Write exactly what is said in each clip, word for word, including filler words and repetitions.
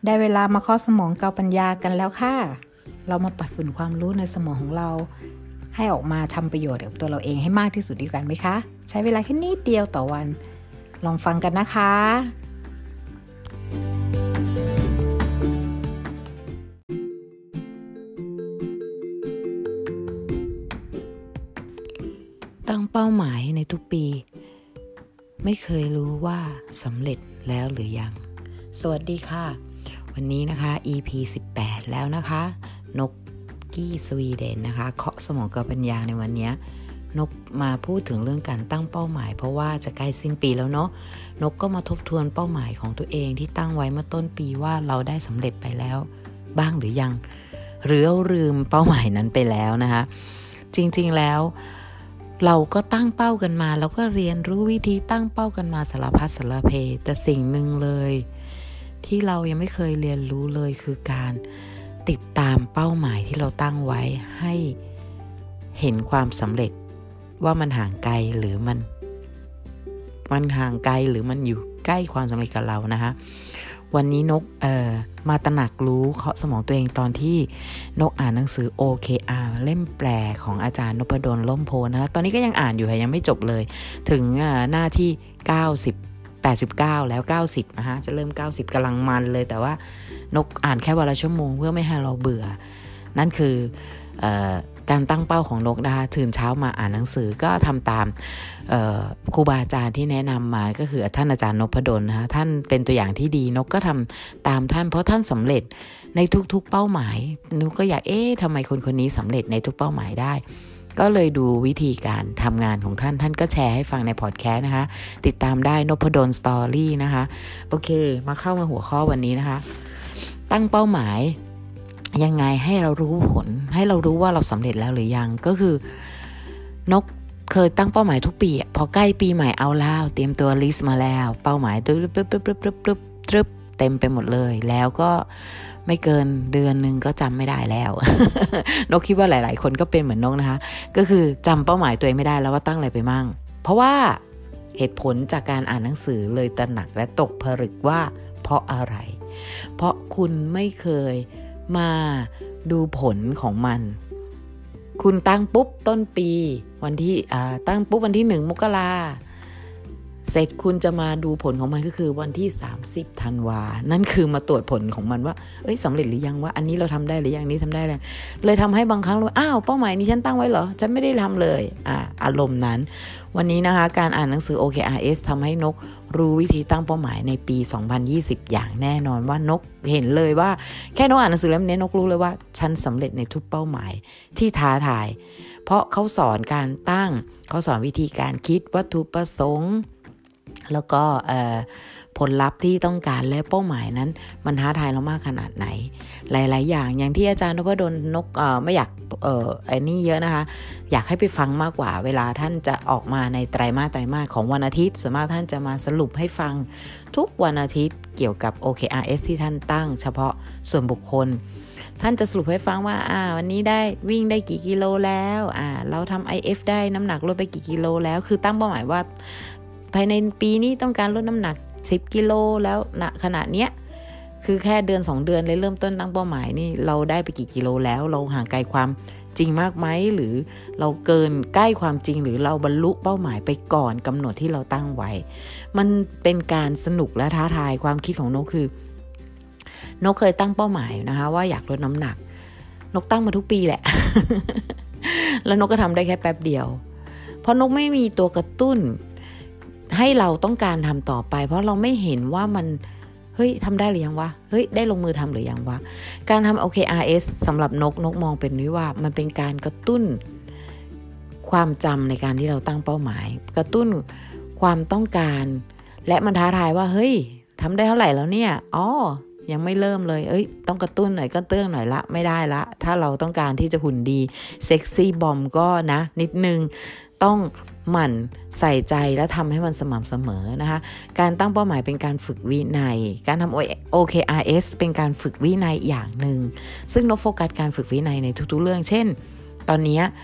ได้เวลามาเคาะสมองเกาปัญญากันแล้วค่ะเรามาปัดฝุ่นความรู้ในสมองของเราให้ออกมาทำประโยชน์กับตัวเราเองให้มากที่สุดดีกันไหมคะใช้เวลาแค่นิดเดียวต่อวันลองฟังกันนะคะตั้งเป้าหมายในทุกปีไม่เคยรู้ว่าสำเร็จแล้วหรือยังสวัสดีค่ะวันนี้นะคะ อี พี สิบแปดแล้วนะคะนกกี้สวีเดนนะคะเคาะสมองกับปัญญาในวันนี้นกมาพูดถึงเรื่องการตั้งเป้าหมายเพราะว่าจะใกล้สิ้นปีแล้วเนาะนกก็มาทบทวนเป้าหมายของตัวเองที่ตั้งไว้เมื่อต้นปีว่าเราได้สำเร็จไปแล้วบ้างหรือยังหรือเราลืมเป้าหมายนั้นไปแล้วนะคะจริงๆแล้วเราก็ตั้งเป้ากันมาแล้วก็เรียนรู้วิธีตั้งเป้ากันมาสารพัดสารเพแต่สิ่งหนึ่งเลยที่เรายังไม่เคยเรียนรู้เลยคือการติดตามเป้าหมายที่เราตั้งไว้ให้เห็นความสำเร็จว่ามันห่างไกลหรือมันมันห่างไกลหรือมันอยู่ใกล้ความสำเร็จกับเรานะคะวันนี้นกเอ่อมาตระหนักรู้เคาะสมองตัวเองตอนที่นกอ่านหนังสือ โอ เค อาร์ เล่มแปลของอาจารย์นพดลล่มโพนะคะตอนนี้ก็ยังอ่านอยู่ค่ะยังไม่จบเลยถึงหน้าที่เก้าสิบ แปดสิบเก้าแล้วเก้าสิบนะคะจะเริ่มเก้าสิบกำลังมันเลยแต่ว่านกอ่านแค่วันละชั่วโมงเพื่อไม่ให้เราเบื่อนั่นคือเอ่อการตั้งเป้าของนกนะคะตื่นเช้ามาอ่านหนังสือก็ทำตามครูบาอาจารย์ที่แนะนำมาก็คือท่านอาจารย์นพดลนะคะท่านเป็นตัวอย่างที่ดีนกก็ทำตามท่านเพราะท่านสำเร็จในทุกๆเป้าหมายนกก็อยากเอ๊ะทำไมคนคนนี้สำเร็จในทุกเป้าหมายได้ก็เลยดูวิธีการทำงานของท่านท่านก็แชร์ให้ฟังในพอดแคสต์นะคะติดตามได้นพดลสตอรี่นะคะโอเคมาเข้ามาหัวข้อวันนี้นะคะตั้งเป้าหมายยังไงให้เรารู้ผลให้เรารู้ว่าเราสำเร็จแล้วหรือยังก็คือนกเคยตั้งเป้าหมายทุกปีพอใกล้ปีใหม่เอาแล้วเตรียมตัวลิสต์มาแล้วเป้าหมายตึ๊บตึ๊บตึ๊บตึ๊บตึ๊บตึ๊บตึ๊บเต็มไปหมดเลยแล้วก็ไม่เกินเดือนนึงก็จำไม่ได้แล้ว นกคิดว่าหลายๆคนก็เป็นเหมือนนกนะคะก็คือจำเป้าหมายตัวเองไม่ได้แล้วว่าตั้งอะไรไปมั่งเพราะว่าเหตุผลจากการอ่านหนังสือเลยตระหนักและตกผลึกว่าเพราะอะไรเพราะคุณไม่เคยมาดูผลของมันคุณตั้งปุ๊บต้นปีวันที่ตั้งปุ๊บวันที่หนึ่งมกราเสร็จคุณจะมาดูผลของมันก็คือวันที่สามสิบธันวานั่นคือมาตรวจผลของมันว่าเอ้ยสำเร็จหรือยังว่าอันนี้เราทำได้หรือยังนี้ทำได้เลยเลยทำให้บางครั้งเราอ้าวเป้าหมายนี้ฉันตั้งไว้เหรอฉันไม่ได้ทำเลยอ่าอารมณ์นั้นวันนี้นะคะการอ่านหนังสือ โอ เค อาร์ เอส ทำให้นกรู้วิธีตั้งเป้าหมายในปีสองพันยี่สิบอย่างแน่นอนว่านกเห็นเลยว่าแค่นกอ่านหนังสือเล่มนี้นกรู้เลยว่าฉันสำเร็จในทุกเป้าหมายที่ท้าทายเพราะเขาสอนการตั้งเขาสอนวิธีการคิดวัตถุประสงค์แล้วก็ผลลัพธ์ที่ต้องการและเป้าหมายนั้นมันท้าทายเรามากขนาดไหนหลายๆอย่างอย่างที่อาจารย์นพดลนกเอ่อไม่อยากเอ่อไอ้นี่เยอะนะคะอยากให้ไปฟังมากกว่าเวลาท่านจะออกมาในไตรมาสไตรมาสของวันอาทิตย์ส่วนมากท่านจะมาสรุปให้ฟังทุกวันอาทิตย์เกี่ยวกับ โอ เค อาร์ เอส ที่ท่านตั้งเฉพาะส่วนบุคคลท่านจะสรุปให้ฟังว่าอ่าวันนี้ได้วิ่งได้กี่กิโลแล้วอ่าเราทำ ไอ เอฟ ได้น้ำหนักลดไปกี่กิโลแล้วคือตั้งเป้าหมายว่าภายในปีนี้ต้องการลดน้ำหนักสิบกิโลแล้วณขณะเนี้ยคือแค่เดือนสองเดือนเลยเริ่มต้นตั้งเป้าหมายนี่เราได้ไปกี่กิโลแล้วเราห่างไกลความจริงมากไหมหรือเราเกินใกล้ความจริงหรือเราบรรลุเป้าหมายไปก่อนกำหนดที่เราตั้งไว้มันเป็นการสนุกและท้าทายความคิดของนกคือนกเคยตั้งเป้าหมายนะคะว่าอยากลดน้ำหนักนกตั้งมาทุกปีแหละ แล้วนกก็ทำได้แค่แป๊บเดียวเพราะนกไม่มีตัวกระตุ้นให้เราต้องการทำต่อไปเพราะเราไม่เห็นว่ามันเฮ้ยทำได้หรือยังวะเฮ้ยได้ลงมือทำหรือยังวะการทำ โอ เค อาร์ เอส สำหรับนกนกมองเป็นวิว่ามันเป็นการกระตุ้นความจำในการที่เราตั้งเป้าหมายกระตุ้นความต้องการและมันท้าทายว่าเฮ้ยทำได้เท่าไหร่แล้วเนี่ยอ๋อยังไม่เริ่มเลยเอ้ยต้องกระตุ้นหน่อยก็เตื้องหน่อยละไม่ได้ละถ้าเราต้องการที่จะหุ่นดีเซ็กซี่บอมก็นะนิดนึงต้องหมั่นใส่ใจและทำให้มันสม่ำเสมอนะคะการตั้งเป้าหมายเป็นการฝึกวินัยการทำ โอ เค อาร์ เอส เป็นการฝึกวินัยอย่างหนึ่งซึ่งนกโฟกัสการฝึกวินัยในทุกๆเรื่องเช่นตอนนี้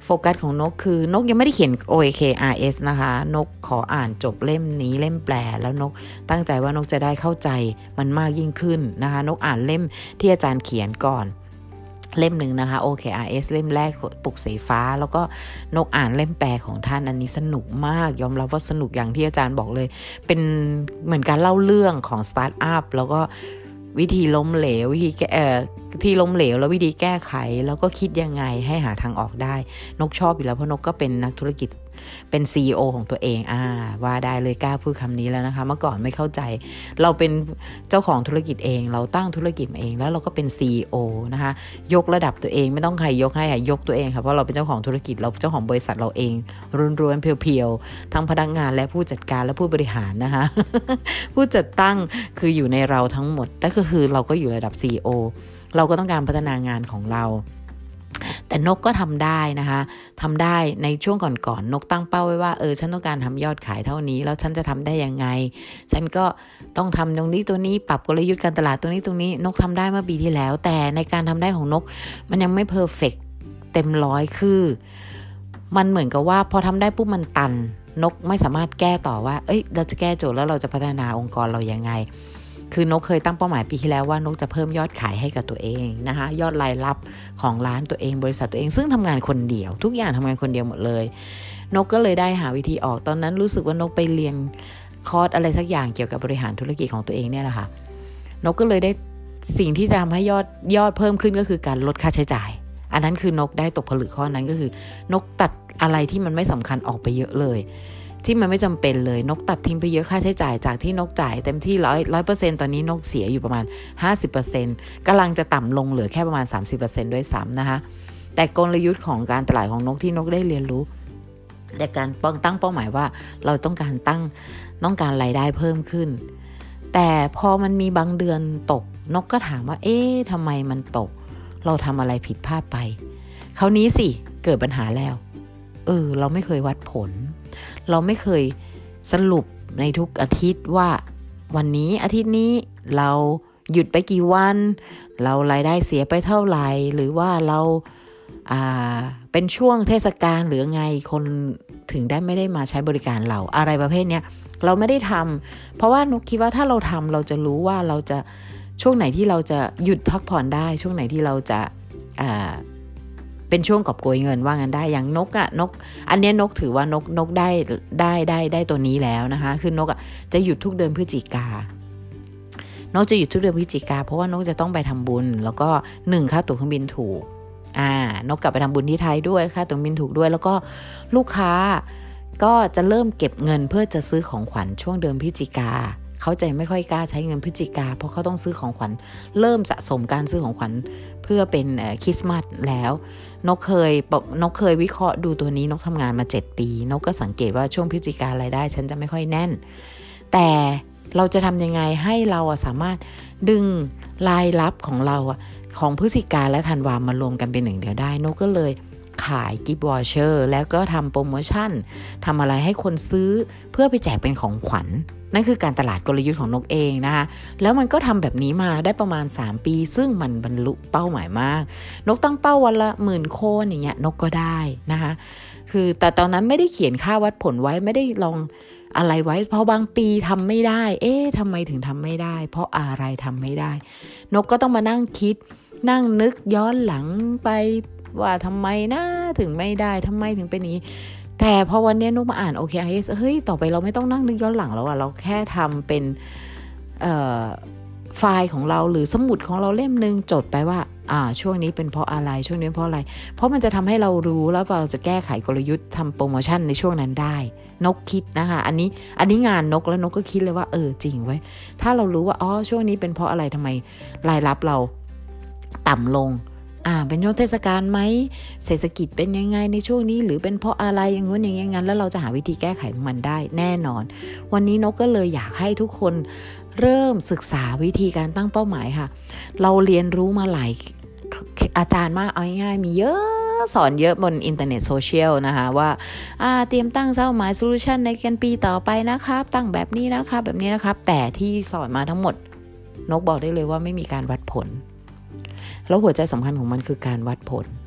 โฟกัสของนกคือนกยังไม่ได้เขียน โอ เค อาร์ เอส นะคะนกขออ่านจบเล่มนี้เล่มแปลแล้วนกตั้งใจว่านกจะได้เข้าใจมันมากยิ่งขึ้นนะคะนกอ่านเล่มที่อาจารย์เขียนก่อนเล่มหนึ่งนะคะ โอ เค อาร์ เอส เล่มแรกปลุกสีฟ้าแล้วก็นกอ่านเล่มแปลของท่านอันนี้สนุกมากยอมรับว่าสนุกอย่างที่อาจารย์บอกเลยเป็นเหมือนการเล่าเรื่องของสตาร์ทอัพแล้วก็วิธีล้มเหลววิธีแก้เอ่อที่ล้มเหลวแล้ววิธีแก้ไขแล้วก็คิดยังไงให้หาทางออกได้นกชอบอยู่แล้วเพราะนกก็เป็นนักธุรกิจเป็น ซี อี โอ ของตัวเองอ่าว่าได้เลยกล้าพูดคำนี้แล้วนะคะเมื่อก่อนไม่เข้าใจเราเป็นเจ้าของธุรกิจเองเราตั้งธุรกิจมาเองแล้วเราก็เป็น ซี อี โอ นะคะยกระดับตัวเองไม่ต้องใครยกให้ยกตัวเองค่ะเพราะเราเป็นเจ้าของธุรกิจเราเจ้าของบริษัทเราเองล้วนๆเพียวๆทั้งพนักงานและผู้จัดการและผู้บริหารนะคะ ผู้จัดตั้งคืออยู่ในเราทั้งหมดแต่ก็คือเราก็อยู่ระดับ ซี อี โอ เราก็ต้องการพัฒนางานของเราแต่นกก็ทำได้นะคะทำได้ในช่วงก่อนๆ น, นกตั้งเป้าไว้ว่าเออฉันต้องการทำยอดขายเท่านี้แล้วฉันจะทำได้ยังไงฉันก็ต้องทำตรงนี้ตัวนี้ปรับกลยุทธ์การตลาดตรงนี้ตรงนี้นกทำได้เมื่อปีที่แล้วแต่ในการทำได้ของนกมันยังไม่เพอร์เฟกต์เต็มร้อยคือมันเหมือนกับว่าพอทำได้ปุ๊บมันตันนกไม่สามารถแก้ต่อว่าเอ้ยเราจะแก้โจทย์แล้วเราจะพัฒนาองค์กรเรายังไงคือนกเคยตั้งเป้าหมายปีที่แล้วว่านกจะเพิ่มยอดขายให้กับตัวเองนะคะยอดรายรับของร้านตัวเองบริษัทตัวเองซึ่งทำงานคนเดียวทุกอย่างทำงานคนเดียวหมดเลยนกก็เลยได้หาวิธีออกตอนนั้นรู้สึกว่านกไปเรียนคอร์สอะไรสักอย่างเกี่ยวกับบริหารธุรกิจของตัวเองเนี่ยแหละค่ะนกก็เลยได้สิ่งที่จะทำให้ยอดยอดเพิ่มขึ้นก็คือการลดค่าใช้จ่ายอันนั้นคือนกได้ตกผลึกข้อนั้นก็คือนกตัดอะไรที่มันไม่สำคัญออกไปเยอะเลยที่มันไม่จำเป็นเลยนกตัดทิ้งไปเยอะค่าใช้จ่ายจากที่นกจ่ายเต็มที่ร้อยร้อยเปอร์เซ็นต์ตอนนี้นกเสียอยู่ประมาณ ห้าสิบเปอร์เซ็นต์ กำลังจะต่ำลงเหลือแค่ประมาณ สามสิบเปอร์เซ็นต์ ด้วยซ้ำนะคะแต่กลยุทธ์ของการตลาดของนกที่นกได้เรียนรู้และการป้องตั้งเป้าหมายว่าเราต้องการตั้งต้องการรายได้เพิ่มขึ้นแต่พอมันมีบางเดือนตกนกก็ถามว่าเอ๊ะทำไมมันตกเราทำอะไรผิดพลาดไปคราวนี้สิเกิดปัญหาแล้วเออเราไม่เคยวัดผลเราไม่เคยสรุปในทุกอาทิตย์ว่าวันนี้อาทิตย์นี้เราหยุดไปกี่วันเรารายได้เสียไปเท่าไหร่หรือว่าเราอ่าเป็นช่วงเทศกาลหรือไงคนถึงได้ไม่ได้มาใช้บริการเราอะไรประเภทเนี้ยเราไม่ได้ทำเพราะว่านกคิดว่าถ้าเราทำเราจะรู้ว่าเราจะช่วงไหนที่เราจะหยุดพักผ่อนได้ช่วงไหนที่เราจะอ่าเป็นช่วงกอบโกยเงินว่างั้นได้อย่างนกอะนกอันนี้นกถือว่านกนกได้ได้ได้ได้ตัวนี้แล้วนะคะคือนกอะจะหยุดทุกเดือนพฤศจิกานกจะหยุดทุกเดือนพฤศจิกาเพราะว่านกจะต้องไปทำบุญแล้วก็หนึ่งค่าตั๋วเครื่องบินถูกอ่านกกลับไปทำบุญที่ไทยด้วยค่าตั๋วเครื่องบินถูกด้วยแล้วก็ลูกค้าก็จะเริ่มเก็บเงินเพื่อจะซื้อของขวัญช่วงเดือนพฤศจิกาเขาจะไม่ค่อยกล้าใช้เงินพฤศจิกาเพราะเขาต้องซื้อของขวัญเริ่มสะสมการซื้อของขวัญเพื่อเป็นคริสต์มาสแล้วนกเคยนกเคยวิเคราะห์ดูตัวนี้นกทำงานมาเจ็ดปีนกก็สังเกตว่าช่วงพฤศจิการายได้ฉันจะไม่ค่อยแน่นแต่เราจะทำยังไงให้เราสามารถดึงรายรับของเราของพฤศจิกาและธันวามารวมกันเป็นหนึ่งเดียวได้นกก็เลยขายกิฟต์วอเชอร์แล้วก็ทำโปรโมชั่นทำอะไรให้คนซื้อเพื่อไปแจกเป็นของขวัญนั่นคือการตลาดกลยุทธ์ของนกเองนะคะแล้วมันก็ทำแบบนี้มาได้ประมาณสามปีซึ่งมันบรรลุเป้าหมายมากนกตั้งเป้าวันละหมื่นโคนอย่างเงี้ยนกก็ได้นะคะคือแต่ตอนนั้นไม่ได้เขียนค่าวัดผลไว้ไม่ได้ลองอะไรไว้เพราะบางปีทำไม่ได้เอ๊ะทำไมถึงทำไม่ได้เพราะอะไรทำไม่ได้นกก็ต้องมานั่งคิดนั่งนึกย้อนหลังไปว่าทำไมนะถึงไม่ได้ทำไมถึงเป็นนี้แต่พอวันนี้นุกมาอ่าน โอ เค อาร์ เอส เฮ้ยต่อไปเราไม่ต้องนั่งนึกย้อนหลังแล้วอะเราแค่ทำเป็นเอ่อไฟล์ของเราหรือสมุดของเราเล่มนึงจดไปว่าอ่าช่วงนี้เป็นเพราะอะไรช่วงนี้เพราะอะไรเพราะมันจะทำให้เรารู้แล้วว่าเราจะแก้ไขกลยุทธ์ทำโปรโมชั่นในช่วงนั้นได้นกคิดนะคะอันนี้อันนี้งานนกแล้วนกก็คิดเลยว่าเออจริงไว้ถ้าเรารู้ว่าอ๋อช่วงนี้เป็นเพราะอะไรทำไมรายรับเราต่ำลงอ่าเป็นช่วงเทศกาลไหมเศรษฐกิจเป็นยังไงในช่วงนี้หรือเป็นเพราะอะไรอย่างงู้นอย่างงี้งั้นแล้วเราจะหาวิธีแก้ไขมันได้แน่นอนวันนี้นกก็เลยอยากให้ทุกคนเริ่มศึกษาวิธีการตั้งเป้าหมายค่ะเราเรียนรู้มาหลายอาจารย์มากเอาง่ายๆมีเยอะสอนเยอะบนอินเทอร์เน็ตโซเชียลนะคะว่าอ่าเตรียมตั้งเป้าหมายโซลูชันในกันปีต่อไปนะครับตั้งแบบนี้นะครับแบบนี้นะครับแต่ที่สอนมาทั้งหมดนกบอกได้เลยว่าไม่มีการวัดผลแล้วหัวใจสำคัญของมันคือการวัดผลพ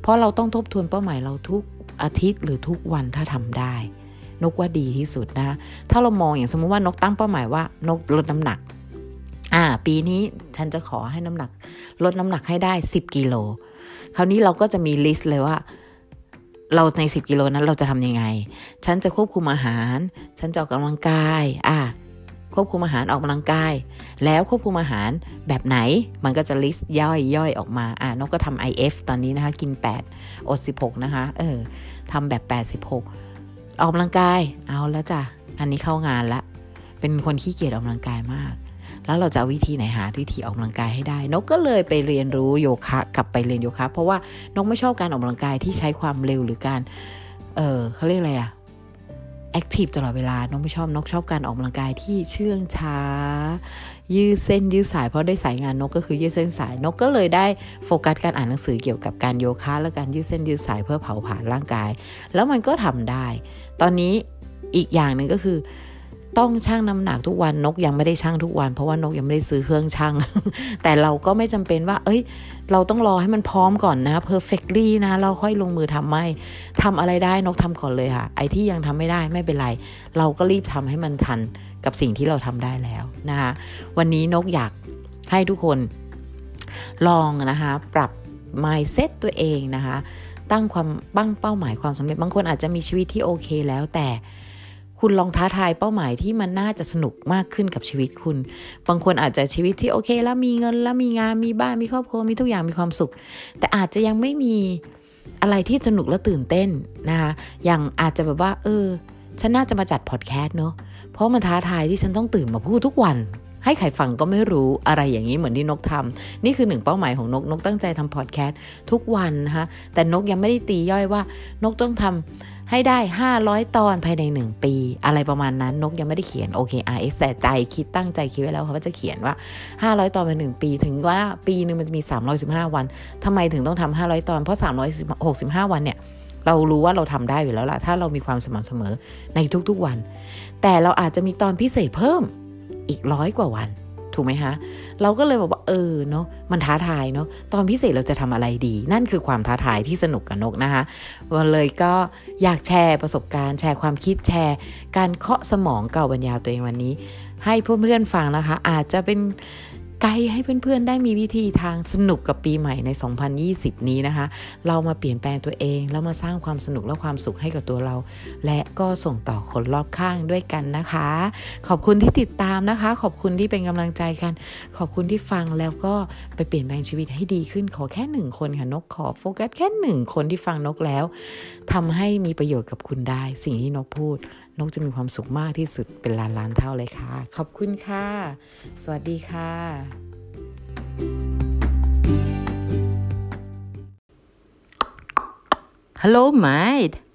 ราะเราต้องทบทวนเป้าหมายเราทุกอาทิตย์หรือทุกวันถ้าทำได้นกว่าดีที่สุดนะถ้าเรามองอย่างสมมติว่านกตั้งเป้าหมายว่านกลดน้ำหนักอ่าปีนี้ฉันจะขอให้น้ำหนักลดน้ำหนักให้ได้สิบกิโลคราวนี้เราก็จะมีลิสต์เลยว่าเราในสิบกิโลนั้นเราจะทำยังไงฉันจะควบคุมอาหารฉันจะออกกำลังกายอ่าควบคุมอาหารออกกำลังกายแล้วควบคุมอาหารแบบไหนมันก็จะลิสต์ย่อยย่อยออกมาอ่านกก็ทำ ไอ เอฟ ตอนนี้นะคะกินแปดอดสิบหกนะคะเออทำแบบแปดสิบหกออกกำลังกายเอาแล้วจ้ะอันนี้เข้างานละเป็นคนขี้เกียจออกกำลังกายมากแล้วเราจะเอาวิธีไหนหาวิธีออกกำลังกายให้ได้นกก็เลยไปเรียนรู้โยคะกลับไปเรียนโยคะเพราะว่านกไม่ชอบการออกกำลังกายที่ใช้ความเร็วหรือการเออเขาเรียกอะไรอะแอคทีฟตลอดเวลานกไม่ชอบนกชอบการออกกำลังกายที่เชื่องช้ายืดเส้นยืดสายเพราะได้สายงานนกก็คือยืดเส้นสายนกก็เลยได้โฟกัสการอ่านหนังสือเกี่ยวกับการโยคะและการยืดเส้นยืดสายเพื่อเผาผลาญร่างกายแล้วมันก็ทำได้ตอนนี้อีกอย่างนึงก็คือต้องชั่งน้ำหนักทุกวันนกยังไม่ได้ชั่งทุกวันเพราะว่านกยังไม่ได้ซื้อเครื่องชั่ง แต่เราก็ไม่จำเป็นว่าเอ้ยเราต้องรอให้มันพร้อมก่อนนะ perfectly นะเราค่อยลงมือทำไม่ทำอะไรได้นกทำก่อนเลยค่ะไอ้ที่ยังทำไม่ได้ไม่เป็นไรเราก็รีบทำให้มันทันกับสิ่งที่เราทำได้แล้วนะคะวันนี้นกอยากให้ทุกคนลองนะคะปรับ mindset ตัวเองนะคะตั้งความตั้งเป้าหมายความสำเร็จบางคนอาจจะมีชีวิตที่โอเคแล้วแต่คุณลองท้าทายเป้าหมายที่มันน่าจะสนุกมากขึ้นกับชีวิตคุณบางคนอาจจะชีวิตที่โอเคแล้วมีเงินแล้วมีงานมีบ้านมีครอบครัวมีทุกอย่างมีความสุขแต่อาจจะยังไม่มีอะไรที่สนุกและตื่นเต้นนะคะอย่างอาจจะแบบว่าเออฉันน่าจะมาจัดพอดแคสต์เนาะเพราะมันท้าทายที่ฉันต้องตื่นมาพูดทุกวันให้ใครฟังก็ไม่รู้อะไรอย่างนี้เหมือนที่นกทำนี่คือหนึ่งเป้าหมายของนกนกตั้งใจทำพอดแคสต์ทุกวันนะคะแต่นกยังไม่ได้ตีย่อยว่านกต้องทำให้ได้ห้าร้อยตอนภายในหนึ่งปีอะไรประมาณนั้นนกยังไม่ได้เขียน โอ เค อาร์ เอส แต่ใจคิดตั้งใจคิดไว้แล้วว่าจะเขียนว่าห้าร้อยตอนภายในหนึ่งปีถึงว่าปีนึงมันจะมีสามร้อยสิบห้าวันทำไมถึงต้องทำห้าร้อยตอนเพราะสามร้อยหกสิบห้าวันเนี่ยเรารู้ว่าเราทำได้อยู่แล้วล่ะถ้าเรามีความสม่ำเสมอในทุกๆวันแต่เราอาจจะมีตอนพิเศษเพิ่มอีกร้อยกว่าวันถูกไหมคะเราก็เลยบอกว่าเออเนาะมันท้าทายเนาะตอนพิเศษเราจะทำอะไรดีนั่นคือความท้าทายที่สนุกกับนกนะคะวันเลยก็อยากแชร์ประสบการณ์แชร์ความคิดแชร์การเคาะสมองเก่าบรรยายตัวเองวันนี้ให้เพื่อนๆฟังนะคะอาจจะเป็นไกด์ให้เพื่อนๆได้มีวิธีทางสนุกกับปีใหม่ในสองพันยี่สิบนี้นะคะเรามาเปลี่ยนแปลงตัวเองแล้วมาสร้างความสนุกและความสุขให้กับตัวเราและก็ส่งต่อคนรอบข้างด้วยกันนะคะขอบคุณที่ติดตามนะคะขอบคุณที่เป็นกำลังใจกันขอบคุณที่ฟังแล้วก็ไปเปลี่ยนแปลงชีวิตให้ดีขึ้นขอแค่หนึ่งคนค่ะนกขอโฟกัสแค่หนึ่งคนที่ฟังนกแล้วทำให้มีประโยชน์กับคุณได้สิ่งที่นกพูดนกจะมีความสุขมากที่สุดเป็นล้านล้านเท่าเลยค่ะขอบคุณค่ะสวัสดีค่ะ Hello mate